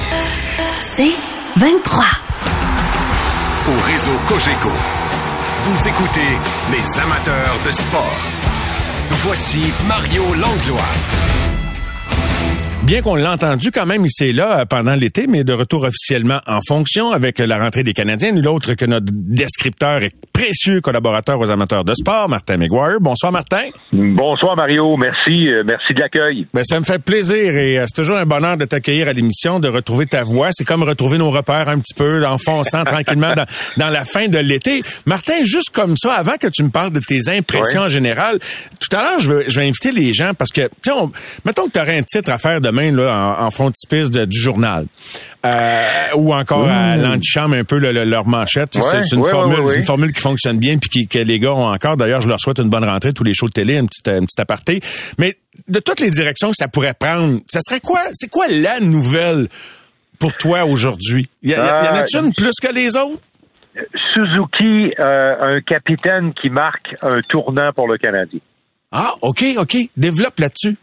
C'est 23. Au réseau Cogeco, vous écoutez les amateurs de sport. Voici Mario Langlois. Bien qu'on l'a entendu quand même ici et là pendant l'été, mais de retour officiellement en fonction avec la rentrée des Canadiens, nul autre que notre descripteur et précieux collaborateur aux amateurs de sport, Martin McGuire. Bonsoir Martin. Bonsoir Mario, merci de l'accueil. Ben, ça me fait plaisir et c'est toujours un bonheur de t'accueillir à l'émission, de retrouver ta voix. C'est comme retrouver nos repères un petit peu, enfonçant tranquillement dans la fin de l'été. Martin, juste comme ça, avant que tu me parles de tes impressions en général, tout à l'heure, je vais inviter les gens parce que, tu sais, mettons que tu aurais un titre à faire demain là, en frontispice du journal. Ou encore à l'antichambre un peu leur manchette. C'est une formule qui fonctionne bien puis que les gars ont encore. D'ailleurs, je leur souhaite une bonne rentrée, tous les shows de télé, un petit aparté. Mais de toutes les directions que ça pourrait prendre, ça serait quoi? C'est quoi la nouvelle pour toi aujourd'hui? Y en a-t-il une plus que les autres? Suzuki, un capitaine qui marque un tournant pour le Canadien. Ah, OK. Développe là-dessus.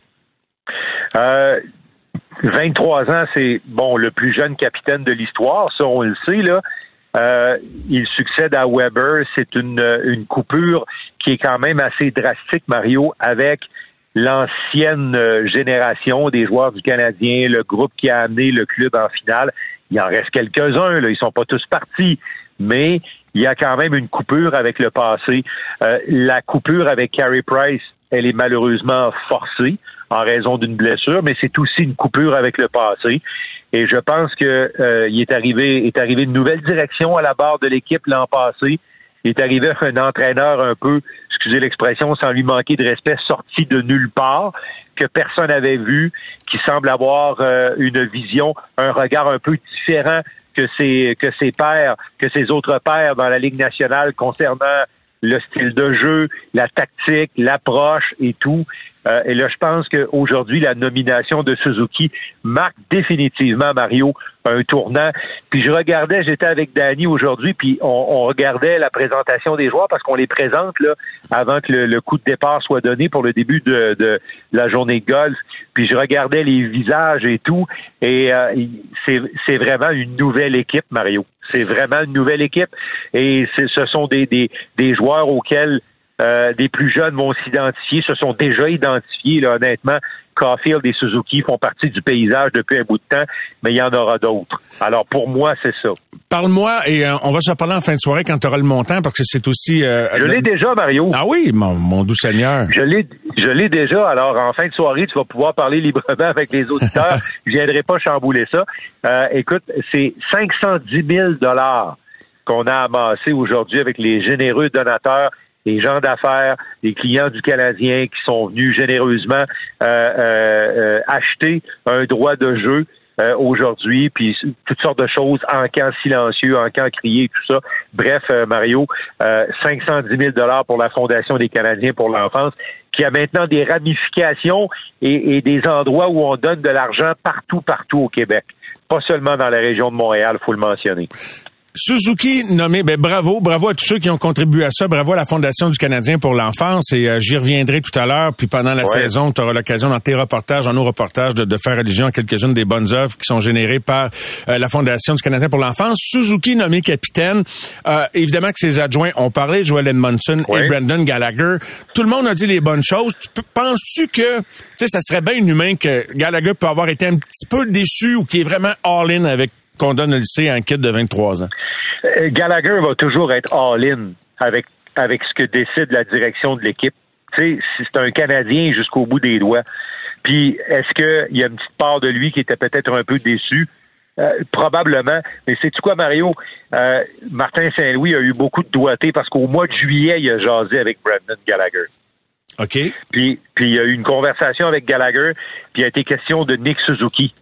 23 ans, c'est le plus jeune capitaine de l'histoire, ça on le sait là. Il succède à Weber, c'est une coupure qui est quand même assez drastique, Mario, avec l'ancienne génération des joueurs du Canadien, le groupe qui a amené le club en finale. Il en reste quelques-uns, là, ils sont pas tous partis, mais il y a quand même une coupure avec le passé. La coupure avec Carey Price, elle est malheureusement forcée en raison d'une blessure, mais c'est aussi une coupure avec le passé. Et je pense que il est arrivé une nouvelle direction à la barre de l'équipe l'an passé. Il est arrivé un entraîneur un peu, excusez l'expression, sans lui manquer de respect, sorti de nulle part, que personne n'avait vu, qui semble avoir une vision, un regard un peu différent que ses pairs, que ses autres pairs dans la Ligue nationale concernant le style de jeu, la tactique, l'approche et tout. Et là, je pense qu'aujourd'hui, la nomination de Suzuki marque définitivement, Mario, un tournant. Puis j'étais avec Danny aujourd'hui, puis on regardait la présentation des joueurs parce qu'on les présente là avant que le coup de départ soit donné pour le début de la journée de golf. Puis je regardais les visages et tout, et c'est vraiment une nouvelle équipe, Mario. C'est vraiment une nouvelle équipe, et ce sont des joueurs auxquels des plus jeunes vont s'identifier, se sont déjà identifiés, là, honnêtement. Caulfield et Suzuki font partie du paysage depuis un bout de temps, mais il y en aura d'autres. Alors, pour moi, c'est ça. Parle-moi, et on va se reparler en fin de soirée quand tu auras le montant, parce que c'est aussi... je l'ai déjà, Mario. Ah oui, mon doux Seigneur. Je l'ai déjà. Alors, en fin de soirée, tu vas pouvoir parler librement avec les auditeurs. Je viendrai pas chambouler ça. Écoute, c'est 510 000 $ qu'on a amassé aujourd'hui avec les généreux donateurs, les gens d'affaires, les clients du Canadien qui sont venus généreusement acheter un droit de jeu aujourd'hui, puis toutes sortes de choses en camp silencieux, en camp crié, tout ça. Bref, Mario, 510 000 $ pour la Fondation des Canadiens pour l'enfance, qui a maintenant des ramifications et des endroits où on donne de l'argent partout au Québec. Pas seulement dans la région de Montréal, faut le mentionner. Suzuki nommé, bravo à tous ceux qui ont contribué à ça, bravo à la Fondation du Canadien pour l'enfance, et j'y reviendrai tout à l'heure, puis pendant la saison, tu auras l'occasion dans tes reportages, dans nos reportages, de faire allusion à quelques-unes des bonnes œuvres qui sont générées par la Fondation du Canadien pour l'enfance. Suzuki nommé capitaine, évidemment que ses adjoints ont parlé, Joel Edmondson et Brendan Gallagher. Tout le monde a dit les bonnes choses. Penses-tu que, tu sais, ça serait bien inhumain que Gallagher peut avoir été un petit peu déçu ou qu'il est vraiment all-in avec qu'on donne le lycée à un kid de 23 ans? Gallagher va toujours être all-in avec ce que décide la direction de l'équipe. Tu sais, c'est un Canadien jusqu'au bout des doigts. Puis, est-ce qu'il y a une petite part de lui qui était peut-être un peu déçu? Probablement. Mais sais-tu quoi, Mario? Martin Saint-Louis a eu beaucoup de doigté parce qu'au mois de juillet, il a jasé avec Brendan Gallagher. OK. Puis il y a eu une conversation avec Gallagher, puis il a été question de Nick Suzuki.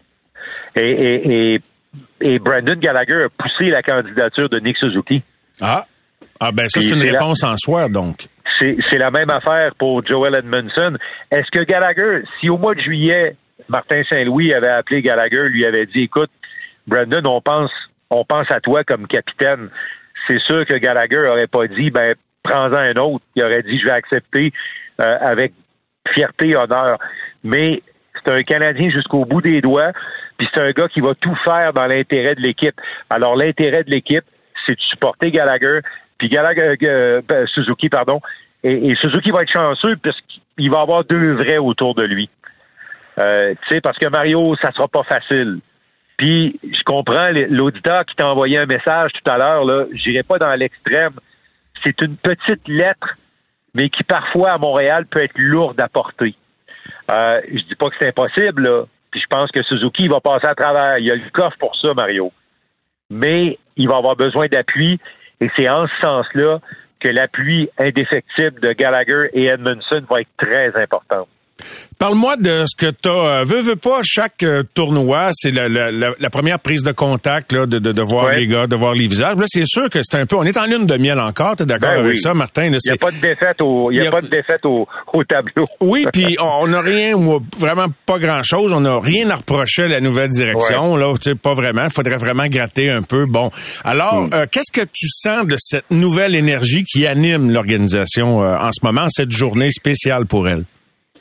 Et Brendan Gallagher a poussé la candidature de Nick Suzuki. Ben ça, c'est une réponse en soi, donc. C'est la même affaire pour Joel Edmondson. Est-ce que Gallagher, si au mois de juillet, Martin Saint-Louis avait appelé Gallagher, lui avait dit, écoute, Brendan, on pense à toi comme capitaine, c'est sûr que Gallagher aurait pas dit, prends-en un autre. Il aurait dit, je vais accepter avec fierté, honneur. Mais c'est un Canadien jusqu'au bout des doigts. puis c'est un gars qui va tout faire dans l'intérêt de l'équipe. Alors, l'intérêt de l'équipe, c'est de supporter Gallagher, puis Suzuki, pardon, et Suzuki va être chanceux parce qu'il va avoir 2 vrais autour de lui. Tu sais, parce que Mario, ça sera pas facile. Puis, je comprends l'auditeur qui t'a envoyé un message tout à l'heure, là, j'irai pas dans l'extrême. C'est une petite lettre, mais qui parfois, à Montréal, peut être lourde à porter. Je dis pas que c'est impossible, là. Puis je pense que Suzuki va passer à travers. Il y a le coffre pour ça, Mario. Mais il va avoir besoin d'appui, et c'est en ce sens-là que l'appui indéfectible de Gallagher et Edmondson va être très important. Parle-moi de ce que t'as. Veux pas, chaque tournoi, c'est la première prise de contact là, de voir les gars, de voir les visages. Là, c'est sûr que c'est un peu. On est en lune de miel encore. T'es d'accord avec ça, Martin? Là, il n'y a pas de défaite pas de défaite au tableau. Oui, puis on n'a rien, vraiment pas grand-chose. On n'a rien à reprocher à la nouvelle direction. Là, tu sais, pas vraiment. Il faudrait vraiment gratter un peu. Bon, alors, qu'est-ce que tu sens de cette nouvelle énergie qui anime l'organisation en ce moment, cette journée spéciale pour elle?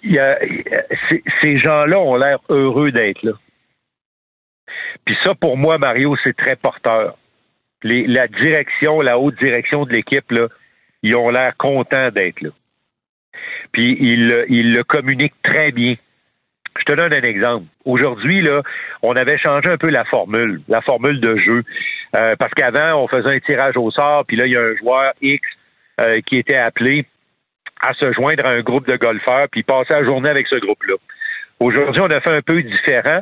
Ces gens-là ont l'air heureux d'être là. Puis ça, pour moi, Mario, c'est très porteur. La direction, la haute direction de l'équipe, là, ils ont l'air contents d'être là. Puis ils le communiquent très bien. Je te donne un exemple. Aujourd'hui, là, on avait changé un peu la formule de jeu. Parce qu'avant, on faisait un tirage au sort, puis là, il y a un joueur X qui était appelé à se joindre à un groupe de golfeurs puis passer la journée avec ce groupe-là. Aujourd'hui, on a fait un peu différent.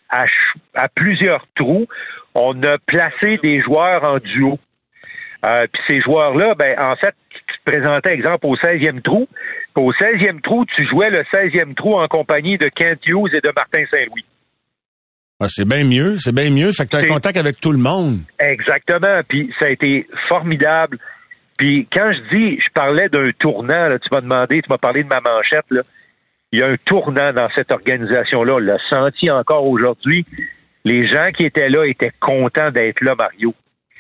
À plusieurs trous, on a placé des joueurs en duo. Puis ces joueurs-là, en fait, tu te présentais, exemple, au 16e trou. Au 16e trou, tu jouais le 16e trou en compagnie de Kent Hughes et de Martin Saint-Louis. Ah, c'est bien mieux. Fait que tu as un contact avec tout le monde. Exactement. Puis ça a été formidable. Puis quand je parlais d'un tournant, là, tu m'as parlé de ma manchette, là. Il y a un tournant dans cette organisation-là. On l'a senti encore aujourd'hui. Les gens qui étaient là étaient contents d'être là, Mario.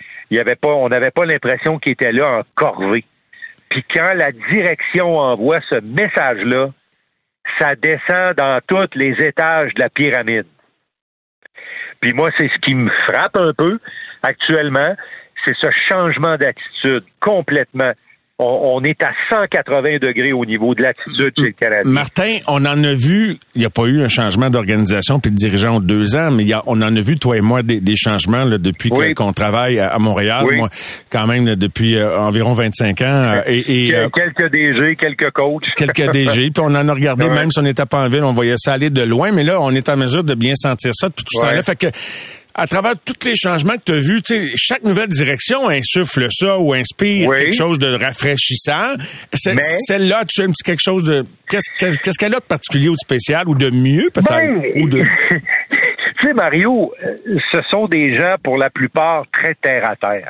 On n'avait pas l'impression qu'ils étaient là en corvée. Puis quand la direction envoie ce message-là, ça descend dans tous les étages de la pyramide. Puis moi, c'est ce qui me frappe un peu actuellement. C'est ce changement d'attitude complètement. On est à 180 degrés au niveau de l'attitude chez le Canadien. Martin, on en a vu, il n'y a pas eu un changement d'organisation puis de dirigeant en 2 ans, mais on en a vu, toi et moi, des changements là, depuis qu'on travaille à Montréal. Moi, quand même, là, depuis environ 25 ans. Quelques DG, quelques coachs. Quelques DG, puis on en a regardé, même si on n'était pas en ville, on voyait ça aller de loin, mais là, on est en mesure de bien sentir ça depuis tout ce temps-là. Fait que à travers tous les changements que tu as vus, chaque nouvelle direction insuffle ça ou inspire quelque chose de rafraîchissant. Celle-là, tu as un petit quelque chose de... Qu'est-ce qu'elle a de particulier ou de spécial ou de mieux, peut-être? Ou de... Tu sais, Mario, ce sont des gens, pour la plupart, très terre-à-terre.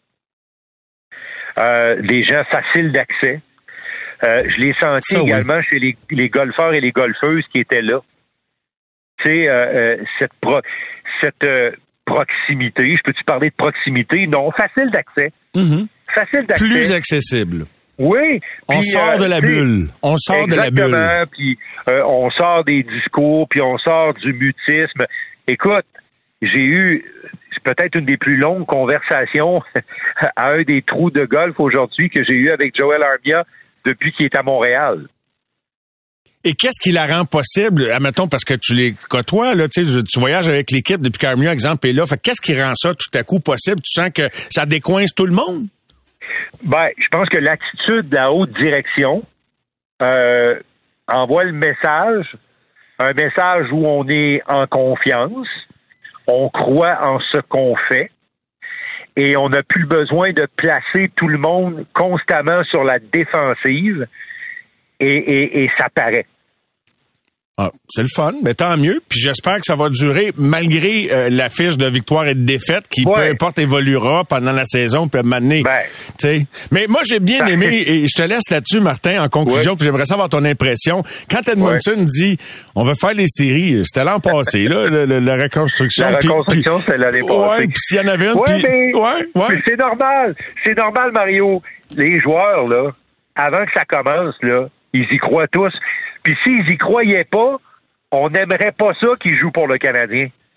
Des gens faciles d'accès. Je l'ai senti également chez les golfeurs et les golfeuses qui étaient là. Tu sais, cette proximité, je peux-tu parler de proximité? Non, facile d'accès. Mm-hmm. Facile d'accès. Plus accessible. Oui. On sort de la bulle. On sort de la bulle. Exactement, puis on sort des discours, puis on sort du mutisme. Écoute, j'ai eu peut-être une des plus longues conversations à un des trous de golf aujourd'hui que j'ai eu avec Joel Armia depuis qu'il est à Montréal. Et qu'est-ce qui la rend possible, admettons, parce que tu les côtoies, là, tu voyages avec l'équipe depuis qu'Armia, exemple, est là. Fait qu'est-ce qui rend ça tout à coup possible? Tu sens que ça décoince tout le monde? Je pense que l'attitude de la haute direction envoie le message, un message où on est en confiance, on croit en ce qu'on fait, et on n'a plus besoin de placer tout le monde constamment sur la défensive, et ça paraît. Ah, c'est le fun, mais tant mieux. Puis j'espère que ça va durer malgré la fiche de victoire et de défaite qui, peu importe, évoluera pendant la saison. Puis à un moment donné, mais moi, j'ai bien aimé, et je te laisse là-dessus, Martin, en conclusion, puis j'aimerais savoir ton impression. Quand Edmondson dit « on veut faire les séries », c'était l'an passé, là, la reconstruction. La reconstruction, c'est l'année passée. Ouais, puis s'il y en avait une, puis c'est normal. C'est normal, Mario. Les joueurs, là, avant que ça commence, là, ils y croient tous. Puis s'ils y croyaient pas, on n'aimerait pas ça qu'ils jouent pour le Canadien.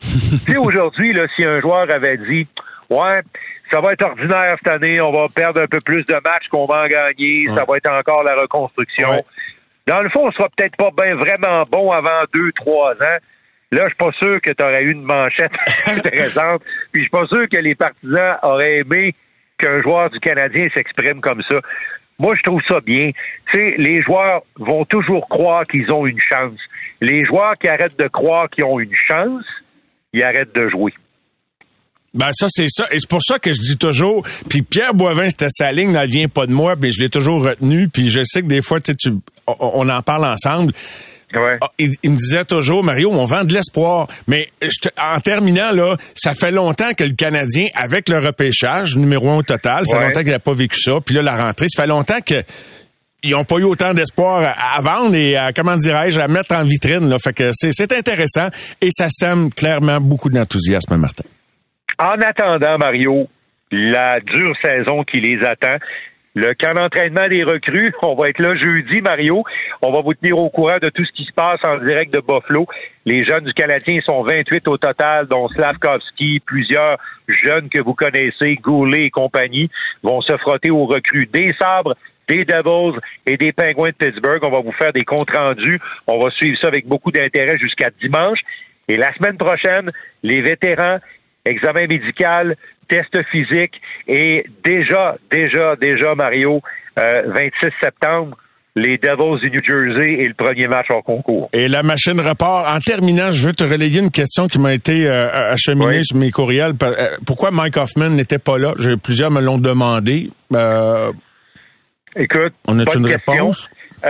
Tu sais, aujourd'hui, là, si un joueur avait dit « Ouais, ça va être ordinaire cette année, on va perdre un peu plus de matchs qu'on va en gagner, ça va être encore la reconstruction. Ouais. » Dans le fond, on sera peut-être pas vraiment bon avant 2-3 ans. Là, je suis pas sûr que tu aurais eu une manchette intéressante. Puis je suis pas sûr que les partisans auraient aimé qu'un joueur du Canadien s'exprime comme ça. Moi, je trouve ça bien. Tu sais, les joueurs vont toujours croire qu'ils ont une chance. Les joueurs qui arrêtent de croire qu'ils ont une chance, ils arrêtent de jouer. Ben ça, c'est ça. Et c'est pour ça que je dis toujours, puis Pierre Boivin, c'était sa ligne, elle vient pas de moi, puis je l'ai toujours retenu, puis je sais que des fois, on en parle ensemble. Ouais. Il me disait toujours, Mario, on vend de l'espoir. Mais en terminant, là, ça fait longtemps que le Canadien, avec le repêchage, numéro 1 au total, ça fait longtemps qu'il n'a pas vécu ça. Puis là, la rentrée, ça fait longtemps que ils n'ont pas eu autant d'espoir à vendre et à, comment dirais-je, à mettre en vitrine. Là. Fait que c'est intéressant et ça sème clairement beaucoup d'enthousiasme, Martin. En attendant, Mario, la dure saison qui les attend, le camp d'entraînement des recrues, on va être là jeudi, Mario. On va vous tenir au courant de tout ce qui se passe en direct de Buffalo. Les jeunes du Canadien sont 28 au total, dont Slavkovski, plusieurs jeunes que vous connaissez, Goulet et compagnie, vont se frotter aux recrues des Sabres, des Devils et des Penguins de Pittsburgh. On va vous faire des comptes rendus. On va suivre ça avec beaucoup d'intérêt jusqu'à dimanche. Et la semaine prochaine, les vétérans, examen médical, test physique et déjà, Mario, 26 septembre, les Devils du New Jersey et le premier match hors concours. Et la machine repart. En terminant, je veux te relayer une question qui m'a été acheminée sur mes courriels. Pourquoi Mike Hoffman n'était pas là? Plusieurs me l'ont demandé. Écoute, on a une réponse?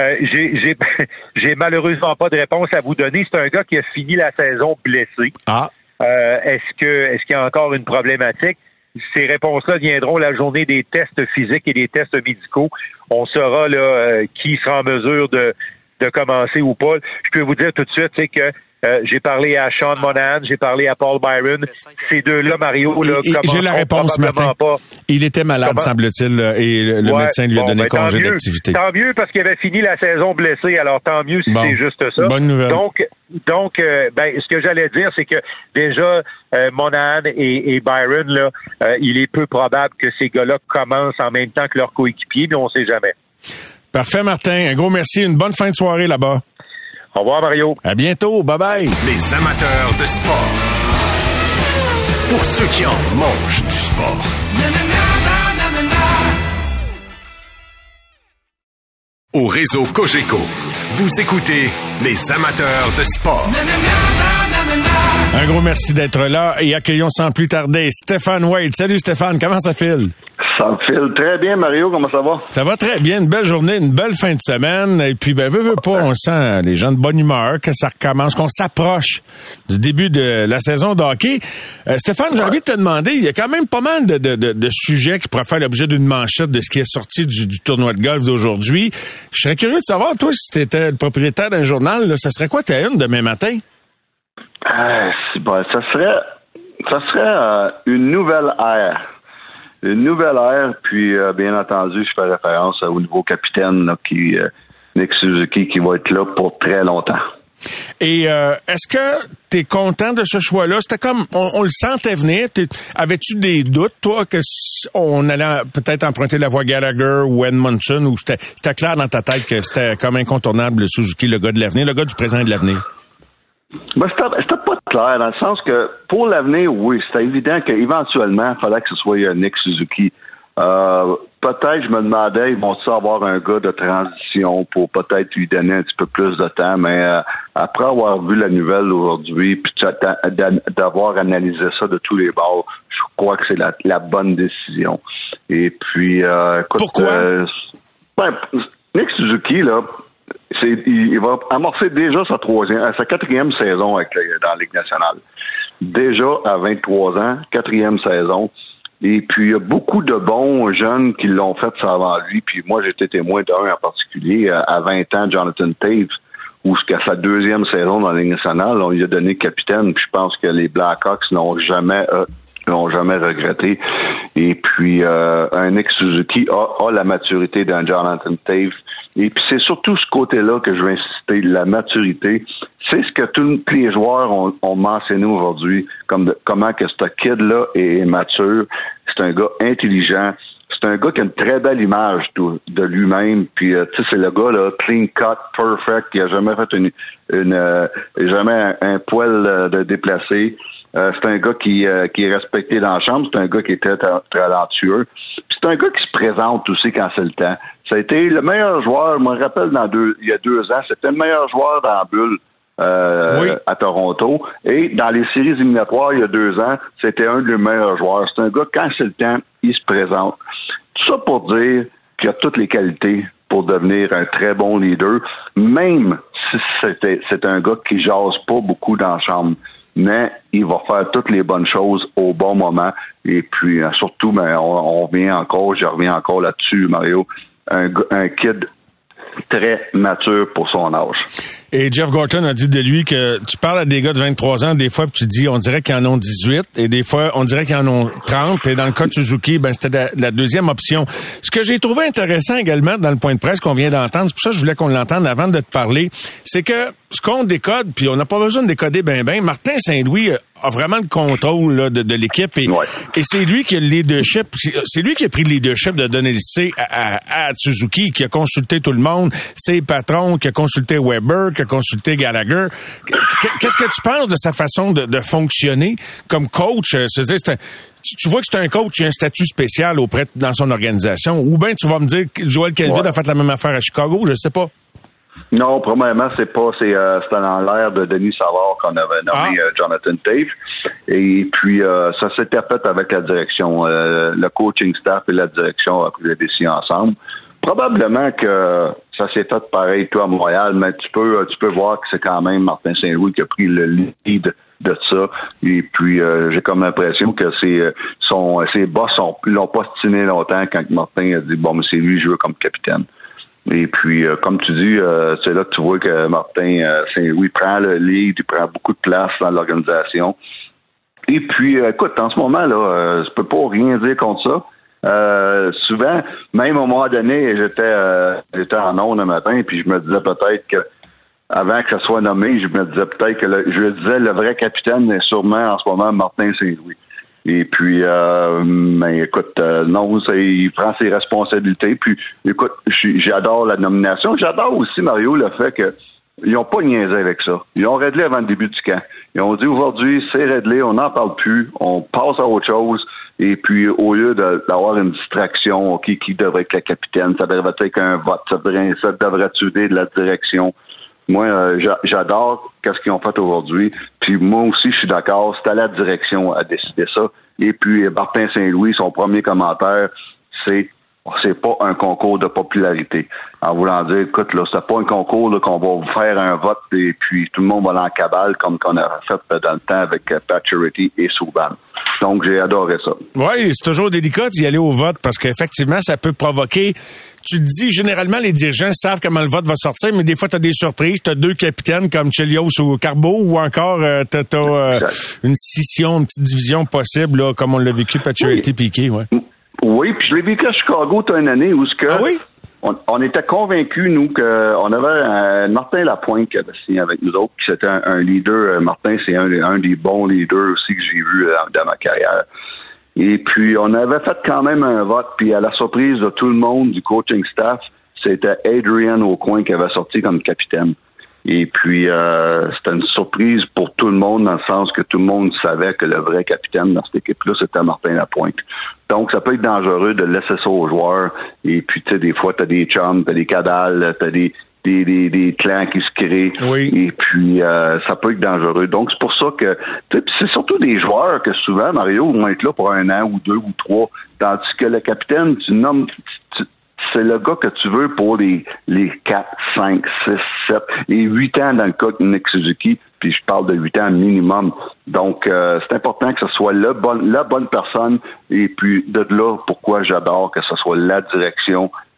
J'ai malheureusement pas de réponse à vous donner. C'est un gars qui a fini la saison blessé. Ah. Est-ce qu'il y a encore une problématique? Ces réponses-là viendront la journée des tests physiques et des tests médicaux. On saura là qui sera en mesure de commencer ou pas. Je peux vous dire tout de suite, c'est que j'ai parlé à Sean Monahan, j'ai parlé à Paul Byron. Ces deux-là, Mario, là, j'ai la réponse, Martin. Pas. Il était malade, semble-t-il, et le médecin lui a donné congé d'activité. Tant mieux, parce qu'il avait fini la saison blessé, alors tant mieux si c'est juste ça. Bonne nouvelle. Donc, ce que j'allais dire, c'est que déjà, Monahan et Byron, là, il est peu probable que ces gars-là commencent en même temps que leurs coéquipiers, mais on sait jamais. Parfait, Martin. Un gros merci. Une bonne fin de soirée là-bas. Au revoir, Mario. À bientôt. Bye-bye. Les amateurs de sport. Pour ceux qui en mangent du sport. Au réseau Cogeco, vous écoutez les amateurs de sport. Un gros merci d'être là et accueillons sans plus tarder Stéphane Wade. Salut Stéphane, comment ça file? Ça me file très bien, Mario. Comment ça va? Ça va très bien. Une belle journée, une belle fin de semaine. Et puis, veux pas, on sent les gens de bonne humeur, que ça recommence, qu'on s'approche du début de la saison de hockey. Stéphane, j'ai envie de te demander, il y a quand même pas mal de sujets qui pourraient faire l'objet d'une manchette de ce qui est sorti du tournoi de golf d'aujourd'hui. Je serais curieux de savoir, toi, si tu étais le propriétaire d'un journal, là, ça serait quoi ta une demain matin? Ça serait une nouvelle ère. Une nouvelle ère, puis bien entendu, je fais référence au nouveau capitaine là, Nick Suzuki, qui va être là pour très longtemps. Et est-ce que tu es content de ce choix-là? C'était comme, on le sentait venir. Avais-tu des doutes, toi, que on allait peut-être emprunter la voie Gallagher ou Edmondson, ou c'était clair dans ta tête que c'était comme incontournable le Suzuki, le gars de l'avenir, le gars du présent et de l'avenir? Ben, c'était pas clair, dans le sens que, pour l'avenir, oui, c'était évident qu'éventuellement, il fallait que ce soit Nick Suzuki. Peut-être, je me demandais, ils vont-ils avoir un gars de transition pour peut-être lui donner un petit peu plus de temps, mais après avoir vu la nouvelle aujourd'hui, puis d'avoir analysé ça de tous les bords, je crois que c'est la bonne décision. Et puis, écoute... Pourquoi? Nick Suzuki, là, il va amorcer déjà sa quatrième saison dans la Ligue nationale. Déjà à 23 ans, quatrième saison. Et puis, il y a beaucoup de bons jeunes qui l'ont fait ça avant lui. Puis moi, j'étais témoin d'un en particulier, à 20 ans, Jonathan Toews, où jusqu'à sa deuxième saison dans la Ligue nationale, on lui a donné capitaine. Puis je pense que les Blackhawks n'ont jamais regretté. Et puis, un Nick Suzuki a la maturité d'un Jonathan Toews. Et puis, c'est surtout ce côté-là que je veux insister, la maturité. C'est ce que tous les joueurs ont mentionné aujourd'hui, comment que ce kid-là est mature. C'est un gars intelligent. C'est un gars qui a une très belle image de lui-même. Puis, tu sais, c'est le gars, là, clean cut, perfect, qui a jamais fait jamais un poil de déplacé. C'est un gars qui est respecté dans la chambre. C'est un gars qui est très talentueux. Puis c'est un gars qui se présente aussi quand c'est le temps. Ça a été le meilleur joueur, je me rappelle, il y a 2 ans, c'était le meilleur joueur dans la bulle à Toronto. Et dans les séries éliminatoires, il y a 2 ans, c'était un des meilleurs joueurs. C'est un gars, quand c'est le temps, il se présente. Tout ça pour dire qu'il a toutes les qualités pour devenir un très bon leader, même si c'est un gars qui jase pas beaucoup dans la chambre. Mais il va faire toutes les bonnes choses au bon moment. Et puis, surtout, je reviens encore là-dessus, Mario, un kid très mature pour son âge. Et Jeff Gorton a dit de lui que tu parles à des gars de 23 ans, des fois, puis tu dis, on dirait qu'ils en ont 18, et des fois, on dirait qu'ils en ont 30, et dans le cas de Suzuki, c'était la deuxième option. Ce que j'ai trouvé intéressant également dans le point de presse qu'on vient d'entendre, c'est pour ça que je voulais qu'on l'entende avant de te parler, c'est que ce qu'on décode, puis on n'a pas besoin de décoder ben, Martin Saint-Louis a vraiment le contrôle là, de l'équipe, et c'est lui qui a le leadership, c'est lui qui a pris le leadership de donner le C à Suzuki, qui a consulté tout le monde, ses patrons, qui a consulté Weber, qui a consulté Gallagher. Qu'est-ce que tu penses de sa façon de fonctionner comme coach? Tu vois que c'est un coach qui a un statut spécial dans son organisation, ou bien tu vas me dire que Joel Quenneville a fait la même affaire à Chicago, je sais pas. Non, premièrement, c'était dans l'air de Denis Savard qu'on avait nommé Jonathan Toews. Et puis, ça s'était fait avec la direction. Le coaching staff et la direction ont pris les décisions ensemble. Probablement que ça s'est fait pareil, toi, à Montréal, mais tu peux voir que c'est quand même Martin Saint-Louis qui a pris le lead de ça. Et puis, j'ai comme l'impression que ses boss l'ont pas stiné longtemps quand Martin a dit, bon, mais c'est lui, je veux comme capitaine. Et puis, comme tu dis, c'est là que tu vois que Martin Saint-Louis prend le lead, il prend beaucoup de place dans l'organisation. Et puis, écoute, en ce moment-là, je peux pas rien dire contre ça. Souvent, même au moment donné, j'étais en ondes un matin, puis je me disais peut-être que avant que ça soit nommé, je me disais peut-être que le vrai capitaine est sûrement en ce moment Martin Saint-Louis. Et puis, mais écoute, non, il prend ses responsabilités. Puis, écoute, j'adore la nomination. J'adore aussi, Mario, le fait que ils n'ont pas niaisé avec ça. Ils ont réglé avant le début du camp. Ils ont dit aujourd'hui, c'est réglé, on n'en parle plus, on passe à autre chose. Et puis, au lieu d'avoir une distraction, qui devrait être la capitaine, ça devrait être un vote, ça devrait aider de la direction. Moi, j'adore ce qu'ils ont fait aujourd'hui. Puis moi aussi, je suis d'accord. C'est à la direction à décider ça. Et puis, Martin Saint-Louis, son premier commentaire, c'est pas un concours de popularité. En voulant dire, écoute, là, c'est pas un concours là, qu'on va faire un vote et puis tout le monde va aller en cabale comme qu'on a fait dans le temps avec Pacioretty et Subban. Donc, j'ai adoré ça. Oui, c'est toujours délicat d'y aller au vote parce qu'effectivement, ça peut provoquer... Tu te dis, généralement, les dirigeants savent comment le vote va sortir, mais des fois, tu as des surprises. Tu as 2 capitaines comme Chelios ou Carbeau, ou encore t'as une scission, une petite division possible, là, comme on l'a vécu Pacioretty Piqué. Ouais. Oui, puis je l'ai vécu à Chicago une année où on était convaincus, nous, qu'on avait Martin Lapointe qui avait signé avec nous autres, qui c'était un leader. Martin, c'est un des bons leaders aussi que j'ai vu dans ma carrière. Et puis, on avait fait quand même un vote, puis à la surprise de tout le monde, du coaching staff, c'était Adrian Aucoin qui avait sorti comme capitaine. Et puis, c'était une surprise pour tout le monde, dans le sens que tout le monde savait que le vrai capitaine dans cette équipe-là, c'était Martin Lapointe. Donc, ça peut être dangereux de laisser ça aux joueurs. Et puis, tu sais, des fois, t'as des chums, t'as des cadales, t'as des clans qui se créent. Oui. Et puis, ça peut être dangereux. Donc, c'est pour ça que... C'est surtout des joueurs que souvent, Mario, vont être là pour 1 an ou 2 ou 3. Tandis que le capitaine, tu nommes... C'est le gars que tu veux pour les 4, 5, 6, 7 et 8 ans dans le cas de Nick Suzuki, puis je parle de 8 ans minimum. Donc, c'est important que ce soit la bonne personne, et puis de là, pourquoi j'adore que ce soit la direction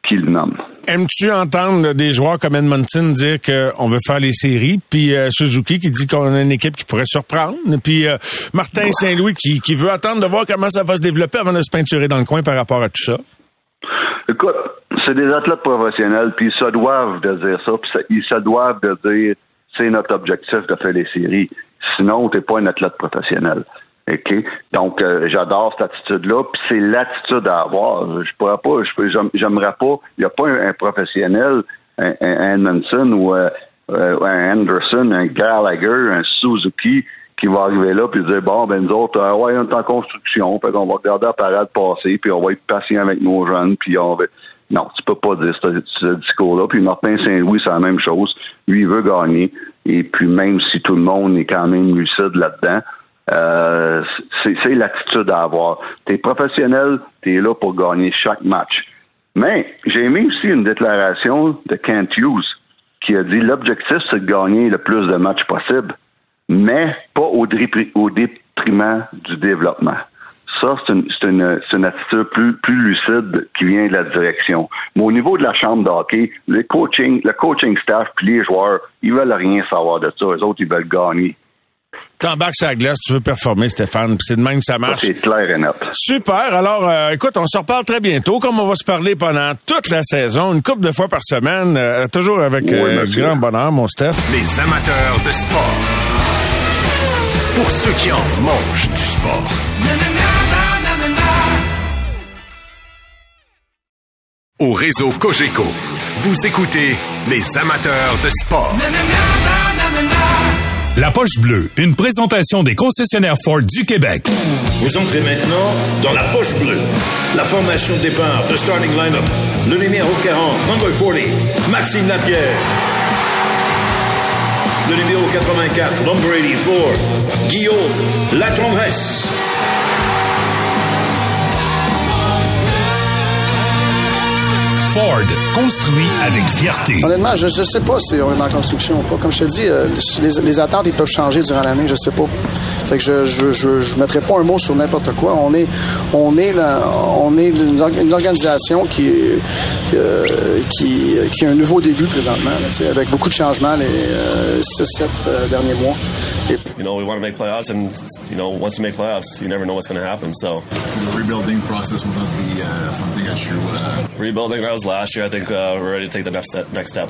qui le nomme. Aimes-tu entendre des joueurs comme Edmondson dire qu'on veut faire les séries, puis Suzuki qui dit qu'on a une équipe qui pourrait surprendre, puis Martin Saint-Louis qui veut attendre de voir comment ça va se développer avant de se peinturer dans le coin par rapport à tout ça? Écoute, c'est des athlètes professionnels, puis ils se doivent de dire ça, puis ils se doivent de dire c'est notre objectif de faire les séries. Sinon, t'es pas un athlète professionnel. Okay? Donc, j'adore cette attitude-là, puis c'est l'attitude à avoir. J'aimerais pas, il n'y a pas un professionnel, un Edmondson ou un Anderson, un Gallagher, un Suzuki qui va arriver là puis dire bon, ben nous autres, on est en construction, fait qu'on va regarder la parade passer, puis on va être patient avec nos jeunes, puis on va... Non, tu peux pas dire ce discours-là. Puis Martin Saint-Louis, c'est la même chose. Lui, il veut gagner. Et puis même si tout le monde est quand même lucide là-dedans, c'est l'attitude à avoir. T'es professionnel, t'es là pour gagner chaque match. Mais j'ai aimé aussi une déclaration de Kent Hughes qui a dit l'objectif, c'est de gagner le plus de matchs possible, mais pas au détriment du développement. Ça, c'est une attitude plus lucide qui vient de la direction. Mais au niveau de la chambre de hockey, le coaching staff puis les joueurs, ils veulent rien savoir de ça. Eux autres, ils veulent gagner. T'embarques sur la glace, tu veux performer, Stéphane, puis c'est de même que ça marche. Ça, c'est clair et net. Super. Alors, écoute, on se reparle très bientôt, comme on va se parler pendant toute la saison, une couple de fois par semaine, toujours avec grand bonheur, mon Steph. Les amateurs de sport. Pour ceux qui en mangent du sport. Au réseau Cogeco, vous écoutez les amateurs de sport. La Poche Bleue, une présentation des concessionnaires Ford du Québec. Vous entrez maintenant dans la Poche Bleue. La formation de départ de starting line-up. Le numéro 40, number 40, Maxime Lapierre. Le numéro 84, number 84, Guillaume Latendresse. Ford, construit avec fierté. Honnêtement, je sais pas si on est en construction ou pas. Comme je te dis, les attentes, ils peuvent changer durant l'année, je sais pas. Fait que je mettrai pas un mot sur n'importe quoi. On est une organisation qui a un nouveau début présentement, là, avec beaucoup de changements les 6-7 derniers mois. Et... we want to make playoffs, and once you make playoffs, you never know what's going to happen. So the rebuilding process will not be something that you would. Rebuilding, that was last year. I think we're ready to take the next step.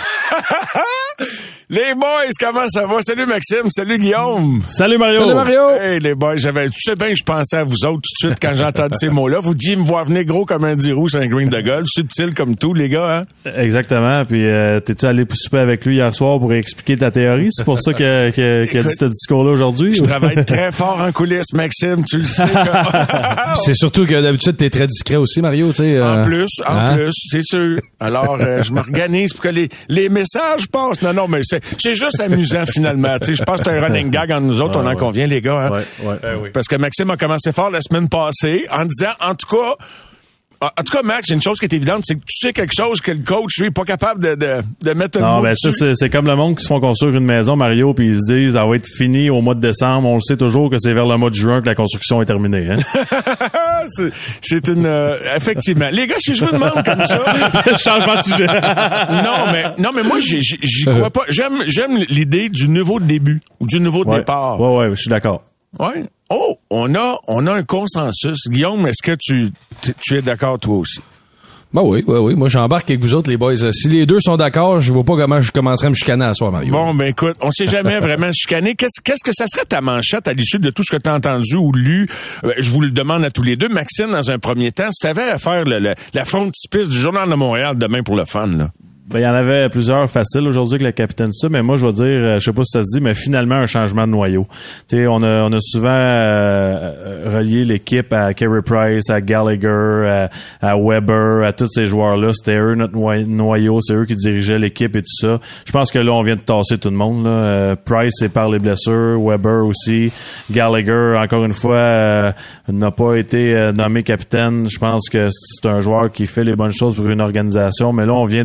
Les boys, comment ça va? Salut Maxime, salut Guillaume. Salut Mario. Salut Mario. Hey les boys, tu sais bien que je pensais à vous autres tout de suite quand j'entends ces mots-là. Vous deviez me voir venir gros comme un 10 roues sur un green de golf, subtil comme tout, les gars, hein? Exactement. Puis t'es-tu allé souper avec lui hier soir pour expliquer ta théorie? C'est pour ça qu'il a dit ce discours-là aujourd'hui? Je travaille très fort en coulisses, Maxime, tu le sais. C'est surtout que d'habitude, t'es très discret aussi, Mario, tu sais. En plus, c'est sûr. Alors, je m'organise pour que les messages passent. Non, mais c'est juste amusant, finalement. Tu sais, je pense que c'est un running gag entre nous autres, on en convient, les gars. Hein? Oui. Parce que Maxime a commencé fort la semaine passée en disant, en tout cas, Max, une chose qui est évidente, c'est que tu sais quelque chose que le coach, lui, est pas capable de mettre un mot dessus. Ça, c'est comme le monde qui se font construire une maison, Mario, puis ils se disent, ça va être fini au mois de décembre. On le sait toujours que c'est vers le mois de juin que la construction est terminée. Hein? c'est une... effectivement. Les gars, si je vous demande comme ça... Changement de sujet. non, mais moi, j'y crois pas. J'aime l'idée du nouveau début, ou du nouveau départ. Ouais, je suis d'accord. Ouais. Oh, on a un consensus. Guillaume, est-ce que tu es d'accord toi aussi? Ben oui. Moi, j'embarque avec vous autres, les boys. Si les deux sont d'accord, je vois pas comment je commencerai à me chicaner à soir, Mario. Bon, ben écoute, on s'est jamais vraiment chicané. Qu'est-ce que ça serait ta manchette à l'issue de tout ce que tu as entendu ou lu? Je vous le demande à tous les deux. Maxime, dans un premier temps, si t'avais à faire la frontispice du Journal de Montréal demain pour le fun, là. Ben, il y en avait plusieurs faciles aujourd'hui que le capitaine ça, mais moi, je vais dire, je sais pas si ça se dit, mais finalement, un changement de noyau. Tu sais, on a souvent relié l'équipe à Carey Price, à Gallagher, à Weber, à tous ces joueurs-là. C'était eux, notre noyau, c'est eux qui dirigeaient l'équipe et tout ça. Je pense que là, on vient de tasser tout le monde, là. Price, c'est par les blessures. Weber aussi. Gallagher, encore une fois, n'a pas été nommé capitaine. Je pense que c'est un joueur qui fait les bonnes choses pour une organisation, mais là, on vient de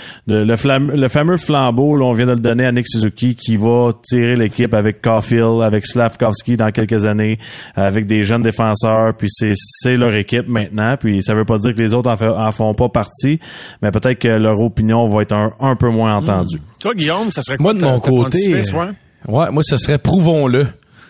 le fameux flambeau, là, on vient de le donner à Nick Suzuki, qui va tirer l'équipe avec Caulfield, avec Slavkovsky dans quelques années, avec des jeunes défenseurs, puis c'est leur équipe maintenant, puis ça veut pas dire que les autres en font pas partie, mais peut-être que leur opinion va être un peu moins entendue. Toi, Guillaume, ça serait quoi? Moi, de mon côté, moi, ça serait prouvons-le.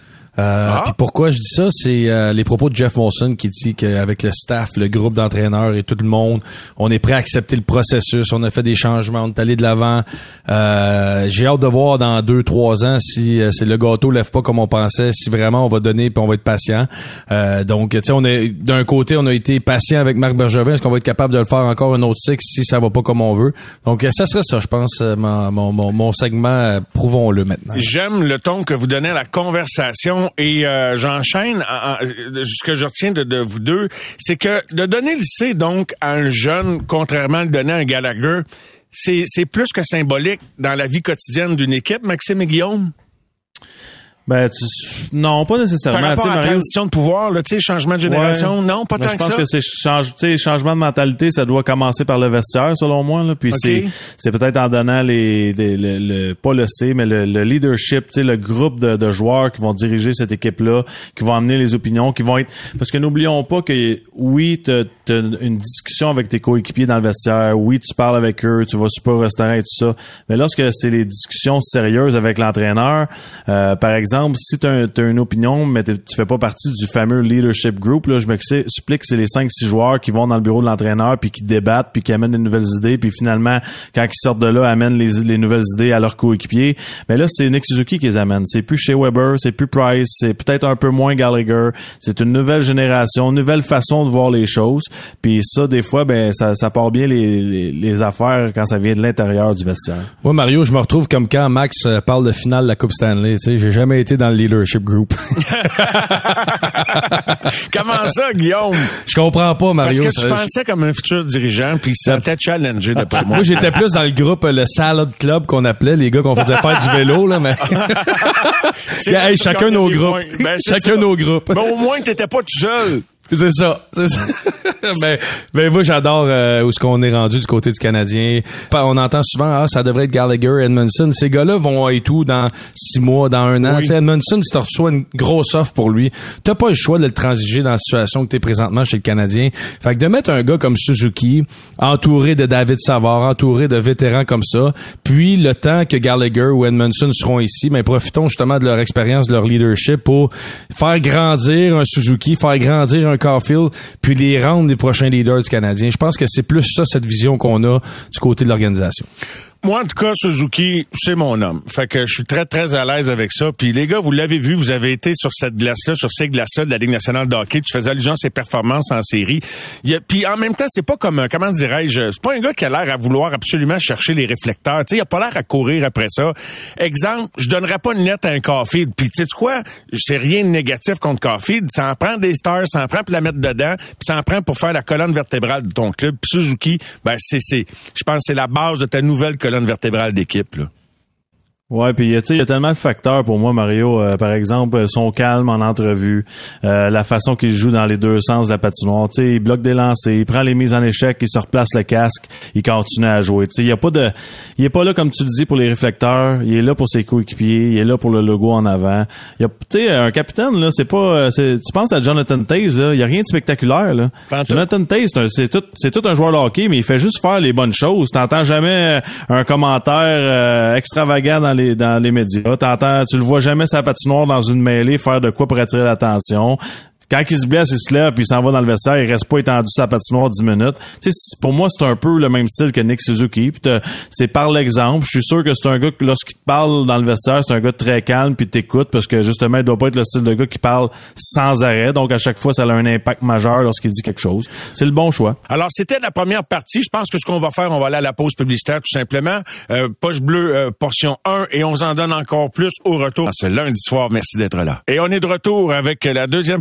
Puis pourquoi je dis ça, c'est les propos de Jeff Molson qui dit qu'avec le staff, le groupe d'entraîneurs et tout le monde, on est prêt à accepter le processus, on a fait des changements, on est allé de l'avant. J'ai hâte de voir dans 2-3 ans si le gâteau lève pas comme on pensait, si vraiment on va donner puis on va être patient. Donc, tu sais, on est d'un côté, on a été patient avec Marc Bergevin, est-ce qu'on va être capable de le faire encore un autre cycle si ça va pas comme on veut? Donc, ça serait ça, je pense, mon segment, prouvons-le maintenant. J'aime le ton que vous donnez à la conversation. Et j'enchaîne. Ce que je retiens de vous deux, c'est que de donner le C donc à un jeune, contrairement à le donner à un Gallagher, c'est plus que symbolique dans la vie quotidienne d'une équipe, Maxime et Guillaume? Ben, non, pas nécessairement. Par rapport à la transition de pouvoir, là, tu sais, changement de génération, non, pas tant que ça. Je pense que c'est changement de mentalité, ça doit commencer par le vestiaire, selon moi, là. Puis c'est peut-être en donnant pas le C, mais le leadership, tu sais, le groupe de joueurs qui vont diriger cette équipe-là, qui vont amener les opinions, qui vont être, parce que n'oublions pas que oui, t'as une discussion avec tes coéquipiers dans le vestiaire, oui, tu parles avec eux, tu vas super au restaurant et tout ça, mais lorsque c'est les discussions sérieuses avec l'entraîneur, par exemple, si tu as une opinion, mais tu fais pas partie du fameux leadership group, là, je m'explique que c'est les 5-6 joueurs qui vont dans le bureau de l'entraîneur puis qui débattent puis qui amènent des nouvelles idées puis finalement, quand ils sortent de là, amènent les nouvelles idées à leurs coéquipiers. Mais là, c'est Nick Suzuki qui les amène. C'est plus Shea Weber, c'est plus Price, c'est peut-être un peu moins Gallagher. C'est une nouvelle génération, une nouvelle façon de voir les choses. Puis ça, des fois, ben ça part bien les affaires quand ça vient de l'intérieur du vestiaire. Moi, Mario, je me retrouve comme quand Max parle de finale de la Coupe Stanley. Tu sais, j'ai jamais été dans le leadership group. Comment ça, Guillaume? Je comprends pas, Mario. Parce que tu pensais comme un futur dirigeant, puis ça t'a challengé d'après moi. Moi, j'étais plus dans le groupe, le Salad Club qu'on appelait, les gars qu'on faisait faire du vélo, là, mais... Hey, chacun nos groupes. Chacun nos groupes. Mais au moins, t'étais pas tout seul. C'est ça. mais moi, j'adore où est-ce qu'on est rendu du côté du Canadien. On entend souvent, ça devrait être Gallagher, Edmondson. Ces gars-là vont être où dans 6 mois, dans 1 an? Oui. Edmondson, si tu reçois une grosse offre pour lui, t'as pas le choix de le transiger dans la situation que t'es présentement chez le Canadien. Fait que de mettre un gars comme Suzuki, entouré de David Savard, entouré de vétérans comme ça, puis le temps que Gallagher ou Edmondson seront ici, mais profitons justement de leur expérience, de leur leadership pour faire grandir un Suzuki, faire grandir un Caulfield, puis les rendre les prochains leaders du Canadien. Je pense que c'est plus ça, cette vision qu'on a du côté de l'organisation. Moi, en tout cas, Suzuki, c'est mon homme. Fait que je suis très, très à l'aise avec ça. Puis les gars, vous l'avez vu, vous avez été sur cette glace-là, sur ces glaces-là de la Ligue nationale de hockey. Tu faisais allusion à ses performances en série. Puis en même temps, c'est pas comme, comment dirais-je, c'est pas un gars qui a l'air à vouloir absolument chercher les réflecteurs. Tu sais, il a pas l'air à courir après ça. Exemple, je donnerais pas une lettre à un Caulfield. Puis tu sais quoi, c'est rien de négatif contre Caulfield. Ça en prend des stars, ça en prend pour la mettre dedans, puis ça en prend pour faire la colonne vertébrale de ton club. Puis Suzuki, ben je pense que c'est la base de ta nouvelle colonne vertébrale d'équipe, là. Ouais, puis il y a tellement de facteurs pour moi, Mario. Par exemple, son calme en entrevue, la façon qu'il joue dans les deux sens de la patinoire. Tu sais, il bloque des lancers, il prend les mises en échec, il se replace le casque, il continue à jouer. Tu sais, il est pas là comme tu le dis pour les réflecteurs. Il est là pour ses coéquipiers, il est là pour le logo en avant. Tu sais, un capitaine là, tu penses à Jonathan Toews là, il y a rien de spectaculaire là. Jonathan Toews, c'est tout un joueur de hockey, mais il fait juste faire les bonnes choses. T'entends jamais un commentaire extravagant dans les médias. Tu le vois jamais sa patinoire dans une mêlée faire de quoi pour attirer l'attention. Quand il se blesse, il se lève puis il s'en va dans le vestiaire, il reste pas étendu sur sa patinoire 10 minutes. Tu sais, pour moi, c'est un peu le même style que Nick Suzuki. Puis c'est par l'exemple. Je suis sûr que c'est un gars que lorsqu'il te parle dans le vestiaire, c'est un gars très calme puis t'écoute parce que justement, il doit pas être le style de gars qui parle sans arrêt. Donc à chaque fois, ça a un impact majeur lorsqu'il dit quelque chose. C'est le bon choix. Alors, c'était la première partie. Je pense que ce qu'on va faire, on va aller à la pause publicitaire tout simplement. Poche bleue, portion 1 et on vous en donne encore plus au retour ce lundi soir. Merci d'être là. Et on est de retour avec la deuxième portion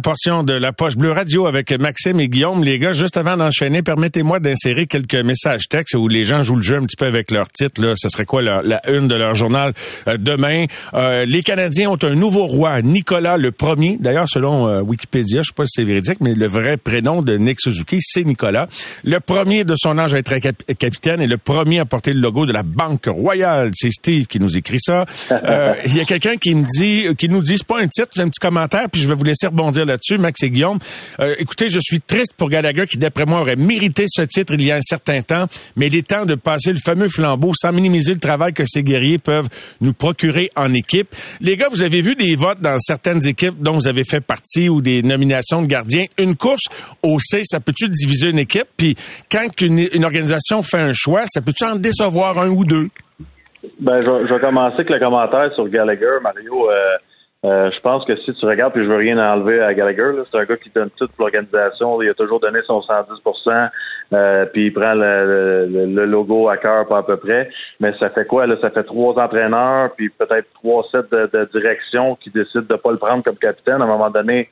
édition de La Poche Bleue Radio avec Maxime et Guillaume. Les gars, juste avant d'enchaîner, permettez-moi d'insérer quelques messages textes où les gens jouent le jeu un petit peu avec leur titre. Là. Ce serait quoi la une de leur journal demain? Les Canadiens ont un nouveau roi, Nicolas le Premier. D'ailleurs, selon Wikipédia, je sais pas si c'est véridique, mais le vrai prénom de Nick Suzuki, c'est Nicolas. Le premier de son âge à être capitaine et le premier à porter le logo de la Banque Royale. C'est Steve qui nous écrit ça. Il y a quelqu'un qui nous dit, c'est pas un titre, c'est un petit commentaire, puis je vais vous laisser rebondir là-dessus, Max et Guillaume. Écoutez, je suis triste pour Gallagher qui, d'après moi, aurait mérité ce titre il y a un certain temps, mais il est temps de passer le fameux flambeau sans minimiser le travail que ces guerriers peuvent nous procurer en équipe. Les gars, vous avez vu des votes dans certaines équipes dont vous avez fait partie ou des nominations de gardiens. Une course au C, ça peut-tu diviser une équipe? Puis quand une organisation fait un choix, ça peut-tu en décevoir un ou deux? Ben, je vais commencer avec le commentaire sur Gallagher, Mario. Je pense que si tu regardes, puis je veux rien enlever à Gallagher, là, c'est un gars qui donne tout pour l'organisation. Il a toujours donné son 110%, puis il prend le logo à cœur, pas à peu près. Mais ça fait quoi, là? Ça fait 3 entraîneurs, puis peut-être 3 sets de direction qui décident de pas le prendre comme capitaine. À un moment donné,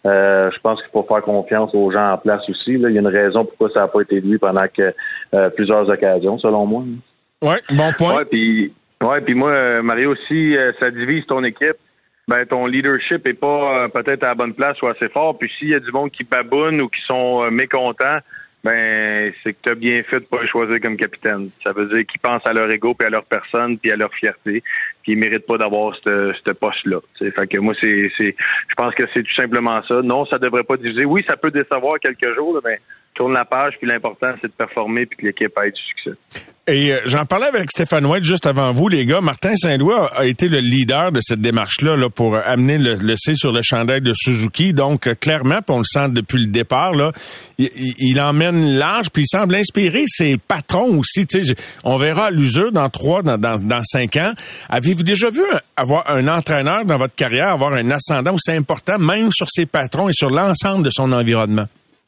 je pense qu'il faut faire confiance aux gens en place aussi. Là. Il y a une raison pourquoi ça n'a pas été lui pendant plusieurs occasions, selon moi. Oui, bon point. Ouais, puis moi, Mario, si ça divise ton équipe, ben ton leadership est pas peut-être à la bonne place ou assez fort. Puis s'il y a du monde qui baboune ou qui sont mécontents, ben c'est que tu as bien fait de pas les choisir comme capitaine. Ça veut dire qu'ils pensent à leur ego, puis à leur personne, puis à leur fierté, puis ils méritent pas d'avoir ce poste-là. T'sais. Fait que moi, je pense que c'est tout simplement ça. Non, ça devrait pas diviser. Oui, ça peut décevoir quelques jours, mais tourne la page, puis l'important, c'est de performer, puis que l'équipe ait du succès. Et j'en parlais avec Stéphane White juste avant vous, les gars. Martin Saint-Louis a été le leader de cette démarche-là là, pour amener le C sur le chandail de Suzuki. Donc, clairement, puis on le sent depuis le départ, là, il emmène large, puis il semble inspirer ses patrons aussi. On verra à l'usure dans 5 ans. Avez-vous déjà vu avoir un entraîneur dans votre carrière, avoir un ascendant aussi important, même sur ses patrons et sur l'ensemble de son environnement?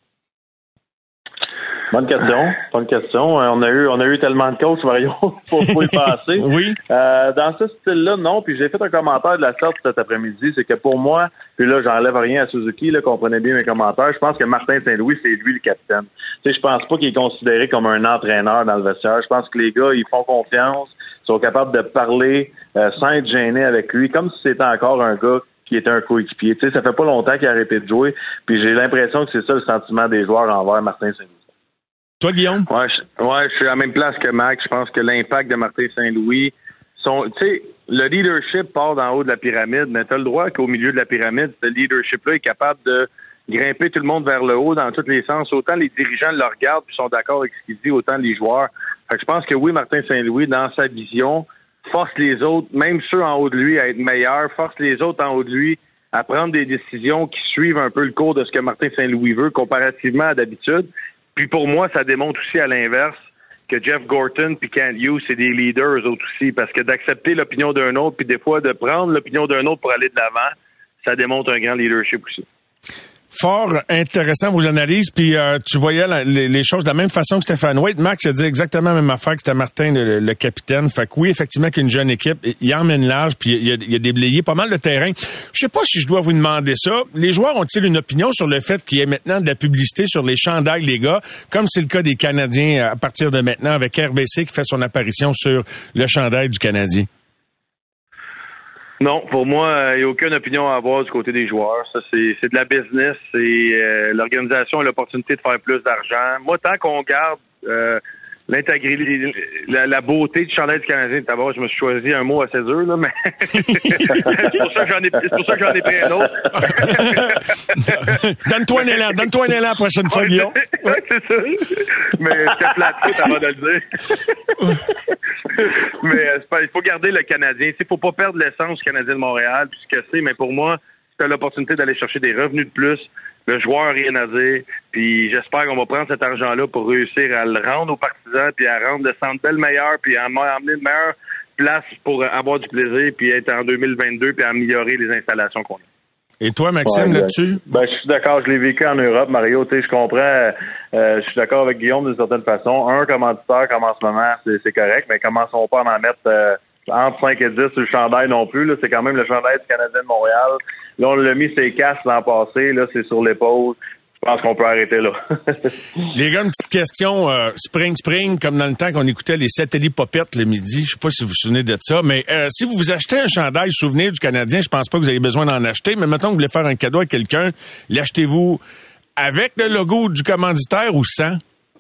Bonne question. On a eu tellement de coachs, Mario, faut y passer. Oui. Dans ce style-là, non. Puis j'ai fait un commentaire de la sorte cet après-midi, c'est que pour moi, puis là, j'enlève rien à Suzuki, là, comprenez bien mes commentaires. Je pense que Martin Saint-Louis, c'est lui le capitaine. Tu sais, je pense pas qu'il est considéré comme un entraîneur dans le vestiaire. Je pense que les gars, ils font confiance, sont capables de parler sans être gênés avec lui, comme si c'était encore un gars qui était un coéquipier. Tu sais, ça fait pas longtemps qu'il a arrêté de jouer. Puis j'ai l'impression que c'est ça le sentiment des joueurs envers Martin Saint-Louis. Toi, Guillaume? Ouais, je suis à la même place que Max. Je pense que l'impact de Martin Saint-Louis, tu sais, le leadership part d'en haut de la pyramide, mais tu as le droit qu'au milieu de la pyramide, ce leadership-là est capable de grimper tout le monde vers le haut dans tous les sens. Autant les dirigeants le regardent et sont d'accord avec ce qu'il dit, autant les joueurs. Fait que je pense que oui, Martin Saint-Louis, dans sa vision, force les autres, même ceux en haut de lui, à être meilleurs, force les autres en haut de lui à prendre des décisions qui suivent un peu le cours de ce que Martin Saint-Louis veut, comparativement à d'habitude. Puis pour moi, ça démontre aussi à l'inverse que Jeff Gorton puis Kent Hughes, c'est des leaders eux autres aussi, parce que d'accepter l'opinion d'un autre puis des fois de prendre l'opinion d'un autre pour aller de l'avant, ça démontre un grand leadership aussi. Fort intéressant vos analyses, puis tu voyais les choses de la même façon que Stéphane White. Max a dit exactement la même affaire que c'était Martin, le capitaine. Fait que oui, effectivement, qu'une jeune équipe, il emmène large, puis il a déblayé pas mal de terrain. Je sais pas si je dois vous demander ça. Les joueurs ont-ils une opinion sur le fait qu'il y ait maintenant de la publicité sur les chandails, les gars, comme c'est le cas des Canadiens à partir de maintenant, avec RBC qui fait son apparition sur le chandail du Canadien? Non, pour moi, il n'y a aucune opinion à avoir du côté des joueurs. Ça, c'est de la business. L'organisation a l'opportunité de faire plus d'argent. Moi, tant qu'on garde l'intégrité, la beauté du chandail du Canadien, d'abord, je me suis choisi un mot assez dur, là, mais c'est pour ça que j'en ai pris un autre. Donne-toi un élan la prochaine fois, Guillaume. C'est ça. Mais c'était flatté avant de le dire. Mais il faut garder le Canadien. Il faut pas perdre l'essence du Canadien de Montréal, puis ce que c'est, mais pour moi, c'est l'opportunité d'aller chercher des revenus de plus. Le joueur n'a rien à dire. Puis j'espère qu'on va prendre cet argent-là pour réussir à le rendre aux partisans, puis à rendre le Centre Bell meilleur, puis à emmener une meilleure place pour avoir du plaisir, puis être en 2022, puis à améliorer les installations qu'on a. Et toi, Maxime, là-dessus? Ben, je suis d'accord. Je l'ai vécu en Europe, Mario. Tu sais, je comprends. Je suis d'accord avec Guillaume d'une certaine façon. Un commanditaire, comme en ce moment, c'est correct, mais commençons pas à en mettre entre 5 et 10 sur le chandail non plus. Là, c'est quand même le chandail du Canadien de Montréal. Là, on l'a mis ses casques l'an passé. Là, c'est sur l'épaule. Je pense qu'on peut arrêter là. Les gars, une petite question. Spring, comme dans le temps qu'on écoutait les satellites popettes le midi. Je sais pas si vous vous souvenez de ça, mais si vous vous achetez un chandail souvenir du Canadien, je pense pas que vous avez besoin d'en acheter. Mais mettons que vous voulez faire un cadeau à quelqu'un, l'achetez-vous avec le logo du commanditaire ou sans?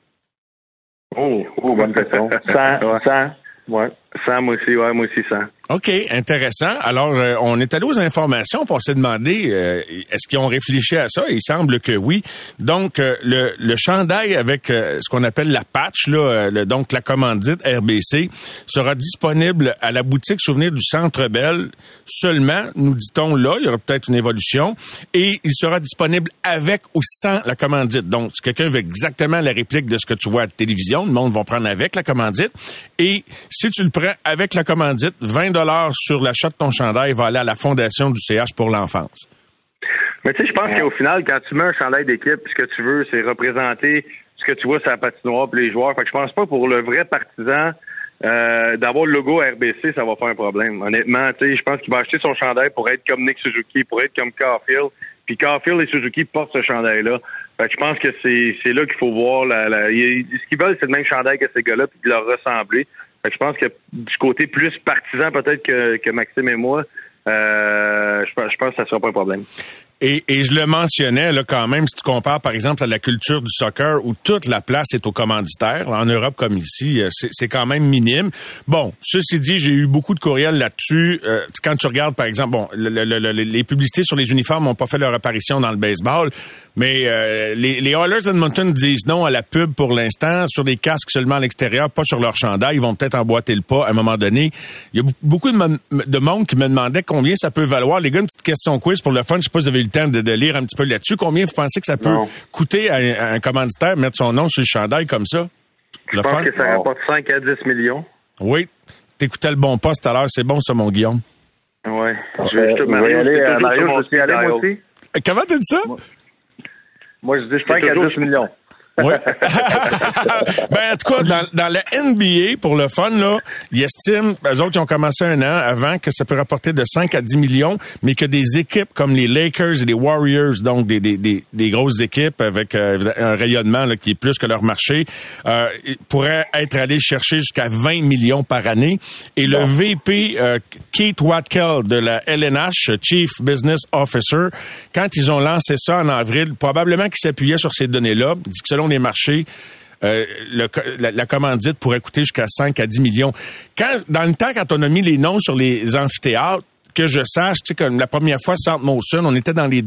Oh, bonne question. Sans. Ouais. 100, moi aussi 100. OK, intéressant. Alors, on est allé aux informations pour s'est demandé est-ce qu'ils ont réfléchi à ça? Il semble que oui. Donc, le chandail avec ce qu'on appelle la patch, là, donc la commandite RBC, sera disponible à la boutique Souvenir du Centre Bell seulement, nous dit-on là. Il y aura peut-être une évolution. Et il sera disponible avec ou sans la commandite. Donc, si quelqu'un veut exactement la réplique de ce que tu vois à la télévision, le monde va prendre avec la commandite. Et si tu le prends avec la commandite, 20 $ sur l'achat de ton chandail va aller à la fondation du CH pour l'enfance. Mais tu sais, je pense qu'au final, quand tu mets un chandail d'équipe, ce que tu veux, c'est représenter ce que tu vois sur la patinoire et les joueurs. Fait que je pense pas pour le vrai partisan d'avoir le logo RBC, ça va faire un problème. Honnêtement, tu sais, je pense qu'il va acheter son chandail pour être comme Nick Suzuki, pour être comme Caulfield. Puis Caulfield et Suzuki portent ce chandail-là. Fait que je pense que c'est là qu'il faut voir ce qu'ils veulent, c'est le même chandail que ces gars-là, puis de leur ressembler. Fait que je pense que du côté plus partisan peut-être que Maxime et moi, je pense que ça sera pas un problème. Et je le mentionnais là quand même, si tu compares par exemple à la culture du soccer où toute la place est aux commanditaires, en Europe comme ici, c'est quand même minime. Bon, ceci dit, j'ai eu beaucoup de courriels là-dessus. Quand tu regardes par exemple, bon, les publicités sur les uniformes n'ont pas fait leur apparition dans le baseball, mais les Oilers d'Edmonton disent non à la pub pour l'instant, sur des casques seulement à l'extérieur, pas sur leur chandail. Ils vont peut-être emboîter le pas à un moment donné. Il y a beaucoup de monde qui me demandait combien ça peut valoir. Les gars, une petite question quiz pour le fun. Je sais pas si vous avez eu le temps de lire un petit peu là-dessus. Combien vous pensez que ça peut coûter à un commanditaire mettre son nom sur le chandail comme ça? Je pense que ça rapporte 5 à 10 millions. Oui. T'écoutais le bon poste tout à l'heure. C'est bon, ça, mon Guillaume. Oui. Mario, je suis allé moi aussi. Comment t'as dit ça? Moi, je dis 5 à 10 millions. Oui. Ben, en tout cas, dans la NBA, pour le fun, là, ils estiment, eux autres, ils ont commencé un an avant, que ça peut rapporter de 5 à 10 millions, mais que des équipes comme les Lakers et les Warriors, donc des grosses équipes avec un rayonnement là, qui est plus que leur marché, pourraient être allés chercher jusqu'à 20 millions par année. Et le VP Keith Watkell de la LNH, Chief Business Officer, quand ils ont lancé ça en avril, probablement qu'ils s'appuyaient sur ces données-là, dit que selon les marchés, la commandite pourrait coûter jusqu'à 5 à 10 millions. Dans le temps, quand on a mis les noms sur les amphithéâtres, que je sache, tu sais, comme la première fois, Centre Molson, on était dans les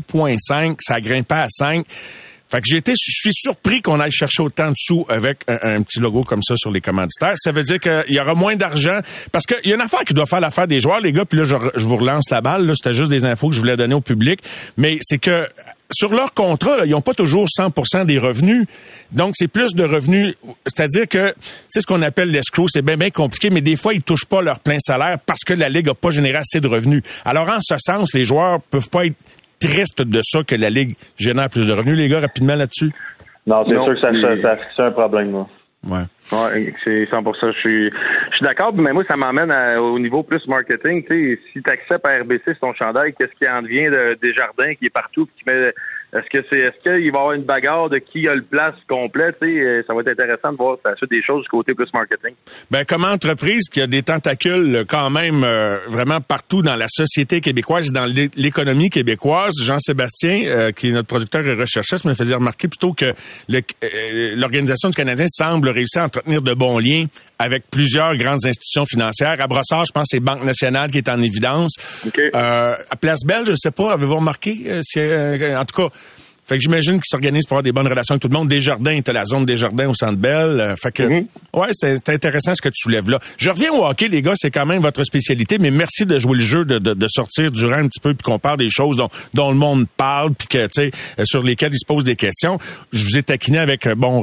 2,5, ça grimpait à 5. Fait que je suis surpris qu'on aille chercher autant de sous avec un petit logo comme ça sur les commanditaires. Ça veut dire qu'il y aura moins d'argent. Parce qu'il y a une affaire qui doit faire l'affaire des joueurs, les gars, puis là, je vous relance la balle, là, c'était juste des infos que je voulais donner au public. Mais c'est que sur leur contrat, là, ils n'ont pas toujours 100% des revenus. Donc, c'est plus de revenus. C'est-à-dire que, c'est ce qu'on appelle l'escroc. C'est bien compliqué, mais des fois, ils touchent pas leur plein salaire parce que la Ligue n'a pas généré assez de revenus. Alors, en ce sens, les joueurs peuvent pas être tristes de ça que la Ligue génère plus de revenus. Les gars, rapidement là-dessus. Non, c'est sûr que c'est un problème, là. Ouais. Ouais, c'est 100%. Je suis d'accord, mais moi, ça m'emmène au niveau plus marketing. Tu sais, si tu acceptes à RBC sur ton chandail, qu'est-ce qui en devient de Desjardins qui est partout, qui met. Est-ce qu'il va y avoir une bagarre de qui a le place complet? Tu sais, ça va être intéressant de voir la suite des choses du côté plus marketing. Ben, comme entreprise qui a des tentacules quand même vraiment partout dans la société québécoise et dans l'économie québécoise, Jean-Sébastien, qui est notre producteur et recherchiste, me faisait remarquer plutôt que l'Organisation du Canadien semble réussir à entretenir de bons liens avec plusieurs grandes institutions financières. À Brossard, je pense que c'est Banque Nationale qui est en évidence. Okay. À Place Belle, je ne sais pas, avez-vous remarqué? En tout cas, fait que j'imagine qu'ils s'organisent pour avoir des bonnes relations avec tout le monde. Desjardins, t'as la zone Desjardins au Centre Bell. Fait que, ouais, c'est intéressant ce que tu soulèves là. Je reviens au hockey, les gars, c'est quand même votre spécialité, mais merci de jouer le jeu, de sortir durant un petit peu, puis qu'on parle des choses dont le monde parle, puis que, tu sais, sur lesquelles il se pose des questions. Je vous ai taquiné avec,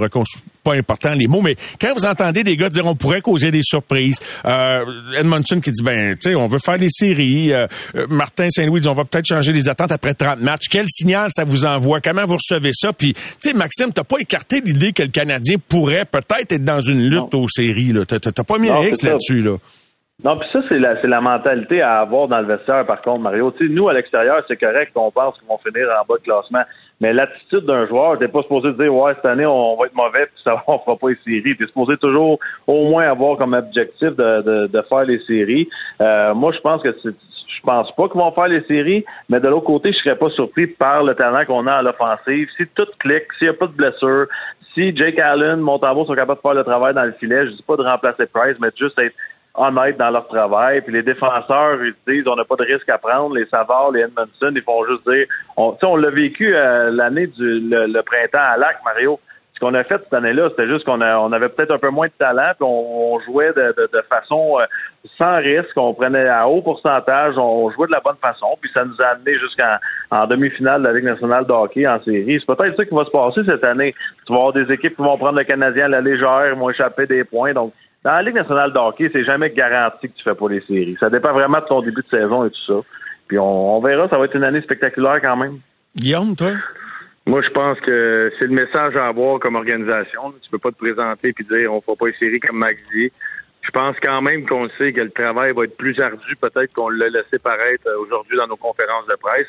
pas important les mots, mais quand vous entendez des gars dire on pourrait causer des surprises, Edmondson qui dit tu sais, on veut faire des séries, Martin Saint-Louis dit on va peut-être changer les attentes après 30 matchs. Quel signal ça vous envoie? Comment vous recevez ça? Puis, tu sais, Maxime, t'as pas écarté l'idée que le Canadien pourrait peut-être être dans une lutte aux séries, là. T'as pas mis un X là-dessus, là. Non, puis ça, c'est la mentalité à avoir dans le vestiaire, par contre, Mario. Tu sais, nous, à l'extérieur, c'est correct qu'on pense qu'ils vont finir en bas de classement. Mais l'attitude d'un joueur, t'es pas supposé te dire, ouais, cette année, on va être mauvais, puis ça, on fera pas les séries. T'es supposé toujours, au moins, avoir comme objectif de faire les séries. Moi, je pense que je pense pas qu'ils vont faire les séries, mais de l'autre côté, je serais pas surpris par le talent qu'on a à l'offensive. Si tout clique, s'il y a pas de blessure, si Jake Allen, Montembeault sont capables de faire le travail dans le filet, je dis pas de remplacer Price, mais juste être honnêtes dans leur travail. Puis les défenseurs, ils disent on n'a pas de risque à prendre. Les Savard, les Edmondson, ils font juste dire on l'a vécu l'année le printemps à Lac, Mario. Ce qu'on a fait cette année-là, c'était juste qu'on avait peut-être un peu moins de talent, puis on jouait de façon sans risque, on prenait à haut pourcentage, on jouait de la bonne façon, puis ça nous a amené jusqu'en demi-finale de la Ligue nationale de hockey en série. C'est peut-être ça qui va se passer cette année. Tu vas avoir des équipes qui vont prendre le Canadien à la légère, vont échapper des points. Donc, dans la Ligue nationale de hockey, c'est jamais garanti que tu fais pas les séries. Ça dépend vraiment de ton début de saison et tout ça. Puis on verra, ça va être une année spectaculaire quand même. Guillaume, toi? Moi, je pense que c'est le message à avoir comme organisation. Tu peux pas te présenter et dire on fera pas les séries comme Max dit. Je pense quand même qu'on sait que le travail va être plus ardu, peut-être qu'on l'a laissé paraître aujourd'hui dans nos conférences de presse.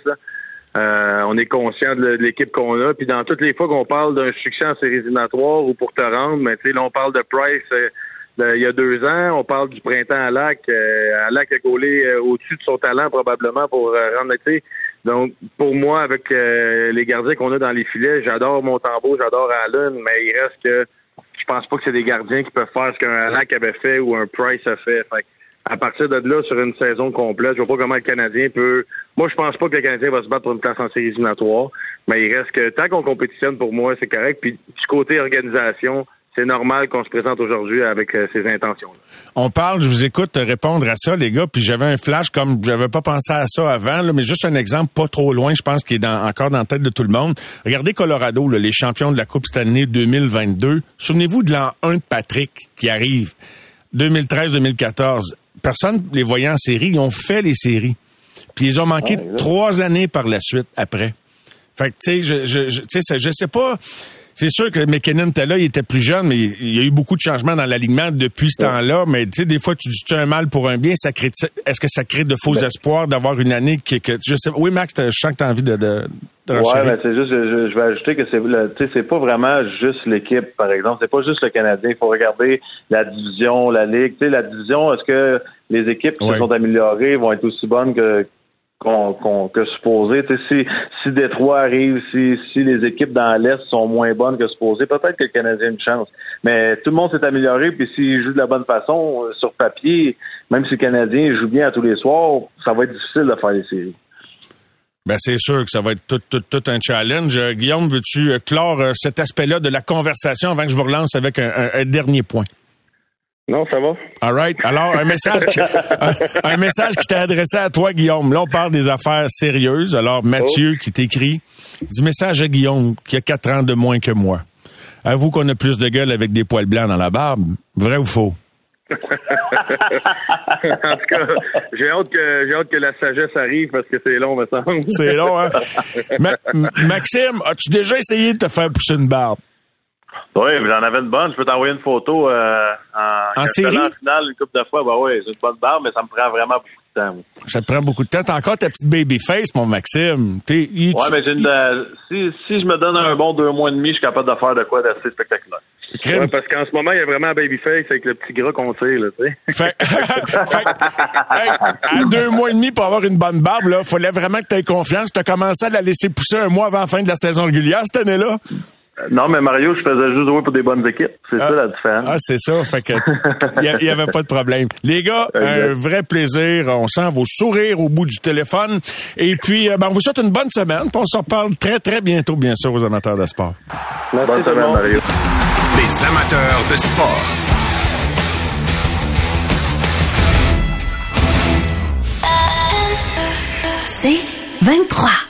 Là. On est conscient de l'équipe qu'on a. Puis dans toutes les fois qu'on parle d'un succès en séries éliminatoires ou pour te rendre, mais tu sais, là, on parle de Price il y a 2 ans. On parle du printemps à Lac. À Lac a gaulé au-dessus de son talent probablement pour rendre l'été. Donc, pour moi, avec les gardiens qu'on a dans les filets, j'adore Montembeault, j'adore Allen, mais il reste que je pense pas que c'est des gardiens qui peuvent faire ce qu'un Lac avait fait ou un Price a fait. Fait à partir de là, sur une saison complète, je vois pas comment le Canadien peut... Moi, je pense pas que le Canadien va se battre pour une place en séries éliminatoires, mais il reste que tant qu'on compétitionne, pour moi, c'est correct. Puis, du côté organisation, c'est normal qu'on se présente aujourd'hui avec ces intentions-là. On parle, je vous écoute répondre à ça, les gars, puis j'avais un flash comme j'avais pas pensé à ça avant, là, mais juste un exemple pas trop loin, je pense qu'il est encore dans la tête de tout le monde. Regardez Colorado, là, les champions de la Coupe Stanley 2022. Souvenez-vous de l'an 1 de Patrick qui arrive, 2013-2014. Personne les voyait en série, ils ont fait les séries. Puis ils ont manqué 3 années par la suite après. Fait que tu sais, je sais pas. C'est sûr que McKinnon était là, il était plus jeune, mais il y a eu beaucoup de changements dans l'alignement depuis ce temps-là. Mais tu sais, des fois, tu dis tu un mal pour un bien, est-ce que ça crée de faux espoirs d'avoir une année que je sais. Oui, Max, je sens que tu as envie de ouais, mais c'est juste, je vais ajouter que c'est pas vraiment juste l'équipe, par exemple. C'est pas juste le Canadien. Il faut regarder la division, la Ligue. Tu sais, la division, est-ce que les équipes qui se sont améliorées vont être aussi bonnes que supposé. Si Détroit arrive, si les équipes dans l'Est sont moins bonnes que supposé, peut-être que le Canadien a une chance. Mais tout le monde s'est amélioré, puis s'il joue de la bonne façon, sur papier, même si le Canadien joue bien à tous les soirs, ça va être difficile de faire les séries. Ben c'est sûr que ça va être tout un challenge. Guillaume, veux-tu clore cet aspect-là de la conversation avant que je vous relance avec un dernier point? Non, ça va. All right. Alors, un message qui t'est adressé à toi, Guillaume. Là, on parle des affaires sérieuses. Alors, Mathieu qui t'écrit, dit message à Guillaume qui a 4 ans de moins que moi. Avoue qu'on a plus de gueule avec des poils blancs dans la barbe. Vrai ou faux? En tout cas, j'ai hâte que la sagesse arrive parce que c'est long, me semble. C'est long, hein? Maxime, as-tu déjà essayé de te faire pousser une barbe? Oui, j'en avais une bonne. Je peux t'envoyer une photo en série? En finale, une couple de fois. Ben oui, j'ai une bonne barbe, mais ça me prend vraiment beaucoup de temps. Ça te prend beaucoup de temps. T'as encore ta petite baby face, mon Maxime. Ouais, mais si je me donne un bon 2 mois et demi, je suis capable de faire de quoi d'assez spectaculaire. Ouais, parce qu'en ce moment, il y a vraiment un babyface avec le petit gras qu'on tire, là, tu sais. À 2 mois et demi pour avoir une bonne barbe, là, fallait vraiment que tu aies confiance. Tu as commencé à la laisser pousser 1 mois avant la fin de la saison régulière cette année-là. Non, mais Mario, je faisais juste jouer pour des bonnes équipes. C'est ça la différence. Ah, c'est ça. Fait que il y avait pas de problème. Les gars, un vrai plaisir. On sent vos sourires au bout du téléphone. Et puis, on vous souhaite une bonne semaine. Puis on se reparle très, très bientôt, bien sûr, aux amateurs de sport. Merci, bonne semaine, Mario. Les amateurs de sport. C'est 23.